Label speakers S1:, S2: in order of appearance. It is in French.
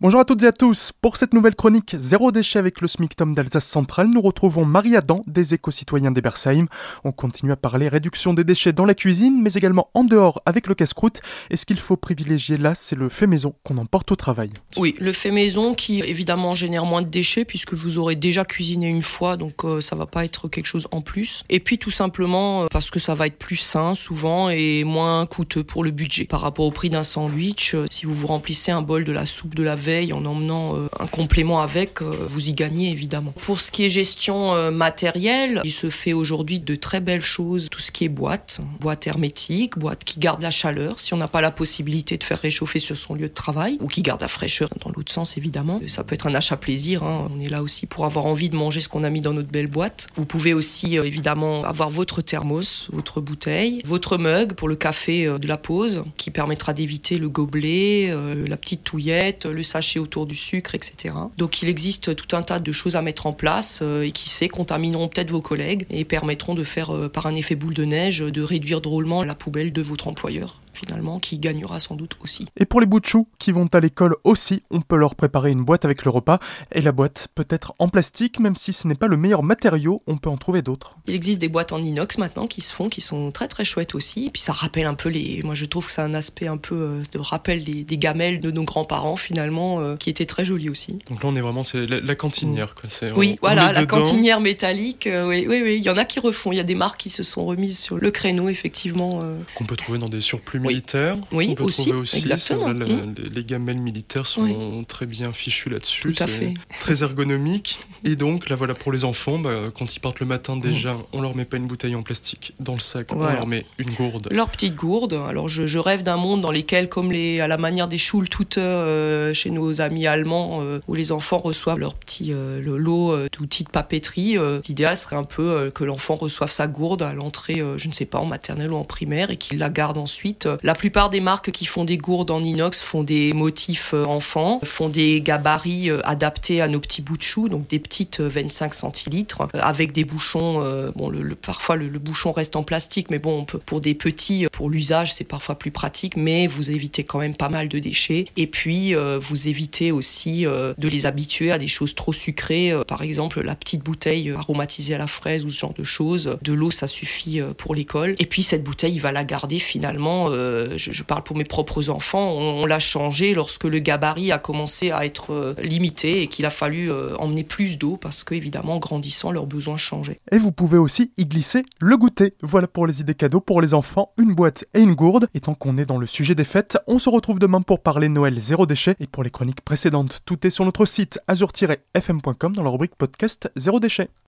S1: Bonjour à toutes et à tous. Pour cette nouvelle chronique Zéro déchet avec le SMICTOM d'Alsace Centrale, nous retrouvons Marie Adam des Éco-Citoyens d'Ebersheim. On continue à parler réduction des déchets dans la cuisine, mais également en dehors avec le casse-croûte. Et ce qu'il faut privilégier là, c'est le fait maison qu'on emporte au travail.
S2: Oui, le fait maison qui évidemment génère moins de déchets puisque vous aurez déjà cuisiné une fois, donc ça va pas être quelque chose en plus. Et puis tout simplement parce que ça va être plus sain souvent et moins coûteux pour le budget. Par rapport au prix d'un sandwich, si vous vous remplissez un bol de la soupe de la veille en emmenant un complément avec, vous y gagnez évidemment. Pour ce qui est gestion matérielle, il se fait aujourd'hui de très belles choses, tout ce qui est boîte hermétique, boîte qui garde la chaleur si on n'a pas la possibilité de faire réchauffer sur son lieu de travail, ou qui garde la fraîcheur dans l'autre sens évidemment. Ça peut être un achat plaisir, on est là aussi pour avoir envie de manger ce qu'on a mis dans notre belle boîte. Vous pouvez aussi évidemment avoir votre thermos, votre bouteille, votre mug pour le café de la pause, qui permettra d'éviter le gobelet, la petite touillette, le sachet autour du sucre, etc. Donc il existe tout un tas de choses à mettre en place et qui sait contamineront peut-être vos collègues et permettront de faire par un effet boule de neige de réduire drôlement la poubelle de votre employeur finalement, qui gagnera sans doute aussi.
S1: Et pour les bouts de choux qui vont à l'école aussi, on peut leur préparer une boîte avec le repas. Et la boîte peut être en plastique, même si ce n'est pas le meilleur matériau, on peut en trouver d'autres.
S2: Il existe des boîtes en inox maintenant qui se font, qui sont très très chouettes aussi. Et puis ça rappelle un peu moi je trouve que c'est un aspect un peu de rappel des gamelles de nos grands-parents finalement, qui étaient très jolies aussi.
S3: Donc là on est vraiment, c'est la cantinière quoi.
S2: Oui, voilà, la cantinière métallique, oui, il y en a qui refont, il y a des marques qui se sont remises sur le créneau effectivement.
S3: Qu'on peut trouver dans des surplus militaires.
S2: Oui,
S3: on peut trouver aussi.
S2: Exactement.
S3: Les gamelles militaires sont très bien fichues là-dessus.
S2: Tout à fait.
S3: Très ergonomique. Et donc là voilà, pour les enfants, quand ils partent le matin déjà, on leur met pas une bouteille en plastique dans le sac, on leur met une gourde.
S2: Leur petite gourde. Alors je rêve d'un monde dans lequel, comme à la manière des Schultüte chez nos amis allemands, où les enfants reçoivent leur petit lot d'outils de papeterie. L'idéal serait un peu que l'enfant reçoive sa gourde à l'entrée, je ne sais pas, en maternelle ou en primaire, et qu'il la garde ensuite. La plupart des marques qui font des gourdes en inox font des motifs enfants, font des gabarits adaptés à nos petits bouts de chou, donc des petites 25 centilitres, avec des bouchons. Parfois le bouchon reste en plastique, mais bon, pour des petits, pour l'usage, c'est parfois plus pratique, mais vous évitez quand même pas mal de déchets. Et puis, vous évitez aussi de les habituer à des choses trop sucrées. Par exemple, la petite bouteille aromatisée à la fraise ou ce genre de choses. De l'eau, ça suffit pour l'école. Et puis, cette bouteille, il va la garder finalement. Je parle pour mes propres enfants. On l'a changé lorsque le gabarit a commencé à être limité et qu'il a fallu emmener plus d'eau parce qu'évidemment, en grandissant, leurs besoins changeaient.
S1: Et vous pouvez aussi y glisser le goûter. Voilà pour les idées cadeaux pour les enfants, une boîte et une gourde. Et tant qu'on est dans le sujet des fêtes, on se retrouve demain pour parler Noël zéro déchet. Et pour les chroniques précédentes, tout est sur notre site azur-fm.com dans la rubrique podcast Zéro déchet.